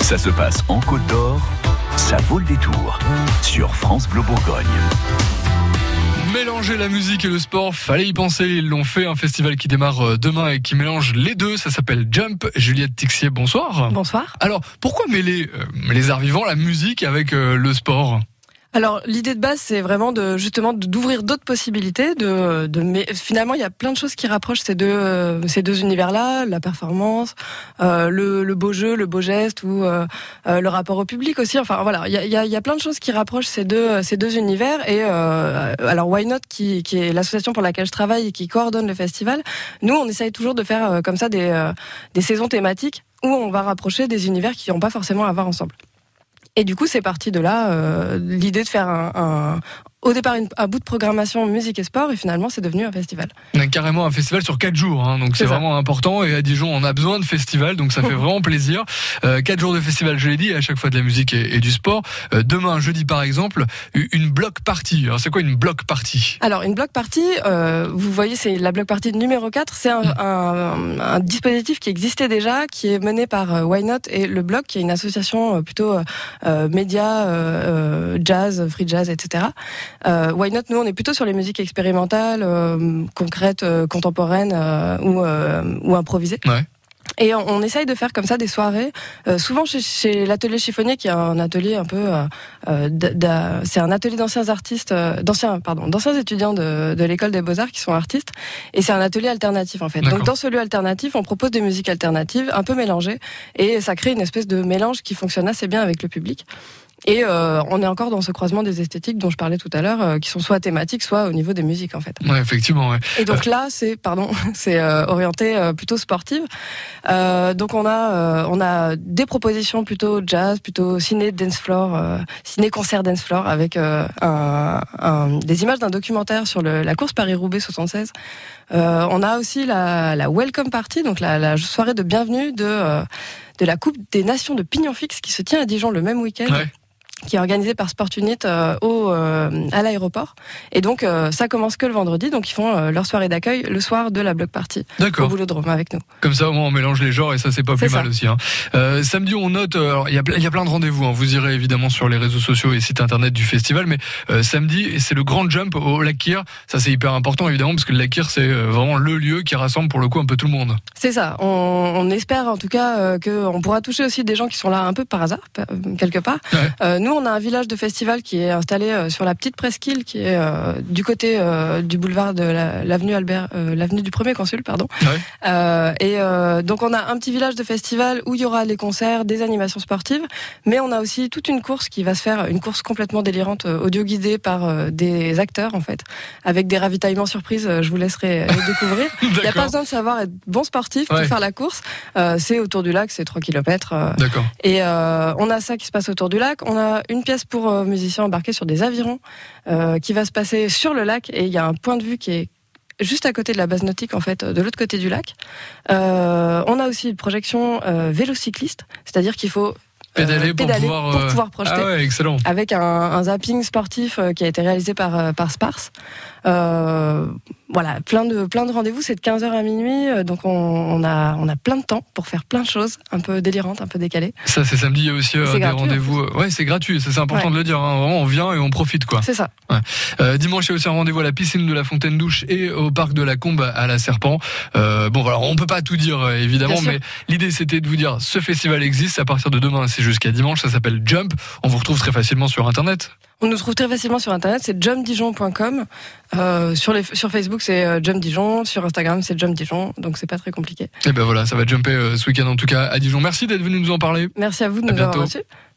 Ça se passe en Côte d'Or, ça vaut le détour sur France Bleu Bourgogne. Mélanger la musique et le sport, fallait y penser, ils l'ont fait, un festival qui démarre demain et qui mélange les deux, ça s'appelle Jump. Juliette Tixier, bonsoir. Bonsoir. Alors, pourquoi mêler les arts vivants, la musique avec le sport ? Alors l'idée de base, c'est vraiment d'ouvrir d'autres possibilités. Mais finalement, il y a plein de choses qui rapprochent ces deux univers-là, la performance, le beau jeu, le beau geste ou le rapport au public aussi. Enfin voilà, il y a plein de choses qui rapprochent ces deux univers. Et alors Why Not, qui est l'association pour laquelle je travaille et qui coordonne le festival, nous on essaye toujours de faire comme ça des saisons thématiques où on va rapprocher des univers qui n'ont pas forcément à voir ensemble. Et du coup, c'est parti de là, l'idée de faire au départ un bout de programmation musique et sport, et finalement c'est devenu un festival. On a carrément un festival sur 4 jours, donc c'est vraiment important, et à Dijon on a besoin de festivals, donc ça fait vraiment plaisir. 4 jours de festival, je l'ai dit, à chaque fois de la musique et du sport. Demain, jeudi par exemple, une block party. Alors c'est quoi une block party ? Alors une block party, vous voyez, c'est la block party numéro 4, c'est un dispositif qui existait déjà, qui est mené par Why Not et le Bloc, qui est une association plutôt média, jazz, free jazz, etc. Why Not, nous on est plutôt sur les musiques expérimentales, concrètes, contemporaines ou improvisées. Ouais. Et on essaye de faire comme ça des soirées, souvent chez l'atelier chiffonnier, qui est un atelier un peu, c'est un atelier d'anciens étudiants de l'école des Beaux-Arts qui sont artistes, et c'est un atelier alternatif en fait. D'accord. Donc dans ce lieu alternatif, on propose des musiques alternatives un peu mélangées, et ça crée une espèce de mélange qui fonctionne assez bien avec le public. Et on est encore dans ce croisement des esthétiques dont je parlais tout à l'heure, qui sont soit thématiques, soit au niveau des musiques en fait. Ouais, effectivement. Ouais. Et donc là, c'est orienté plutôt sportive. Donc on a des propositions plutôt jazz, plutôt ciné dance floor, ciné concert dance floor, avec des images d'un documentaire sur la course Paris-Roubaix 76. On a aussi la welcome party, donc la soirée de bienvenue de la Coupe des Nations de Pignon Fixe, qui se tient à Dijon le même week-end. Ouais. Qui est organisé par Sport Unit à l'aéroport. Et donc, ça commence que le vendredi. Donc, ils font leur soirée d'accueil le soir de la block party. D'accord. Au Boulodrome avec nous. Comme ça, au moins, on mélange les genres et ça, c'est pas plus mal aussi. Samedi, on note, il y a plein de rendez-vous. Vous irez évidemment sur les réseaux sociaux et sites internet du festival. Mais samedi, c'est le grand jump au Lac Kyr. Ça, c'est hyper important, évidemment, parce que le Lac Kyr, c'est vraiment le lieu qui rassemble pour le coup un peu tout le monde. C'est ça. On espère en tout cas qu'on pourra toucher aussi des gens qui sont là un peu par hasard, quelque part. Ouais. Nous, on a un village de festival qui est installé sur la petite presqu'île, qui est du côté du boulevard de l'avenue Albert, l'avenue du Premier Consul, pardon. Ouais. Donc on a un petit village de festival où il y aura les concerts, des animations sportives, mais on a aussi toute une course qui va se faire, une course complètement délirante, audio guidée par des acteurs en fait, avec des ravitaillements surprises. Je vous laisserai les découvrir. Il n'y a pas besoin de savoir être bon sportif pour faire la course. C'est autour du lac, c'est 3 km. D'accord. Et on a ça qui se passe autour du lac. On a une pièce pour musiciens embarqués sur des avirons qui va se passer sur le lac, et il y a un point de vue qui est juste à côté de la base nautique en fait, de l'autre côté du lac. On a aussi une projection vélocycliste, c'est-à-dire qu'il faut pédaler pour pouvoir projeter. Ah ouais, excellent. Avec un zapping sportif qui a été réalisé par Sparse. Voilà, plein de rendez-vous, c'est de 15h à minuit, donc on a plein de temps pour faire plein de choses, un peu délirantes, un peu décalées. Ça, c'est samedi, il y a aussi des rendez-vous. Ouais, c'est gratuit, ça, c'est important de le dire. Vraiment, on vient et on profite, quoi. C'est ça. Ouais. Dimanche, il y a aussi un rendez-vous à la piscine de la Fontaine Douche et au parc de la Combe à la Serpent. Bon, voilà, on peut pas tout dire, évidemment, mais l'idée, c'était de vous dire, ce festival existe à partir de demain, c'est jusqu'à dimanche, ça s'appelle Jump. On vous retrouve très facilement sur Internet. On nous trouve très facilement sur Internet, c'est jumpdijon.com. Sur Facebook, c'est Jump Dijon. Sur Instagram, c'est Jump Dijon. Donc, c'est pas très compliqué. Et ben voilà, ça va jumper ce week-end en tout cas à Dijon. Merci d'être venu nous en parler. Merci à vous de nous avoir reçus.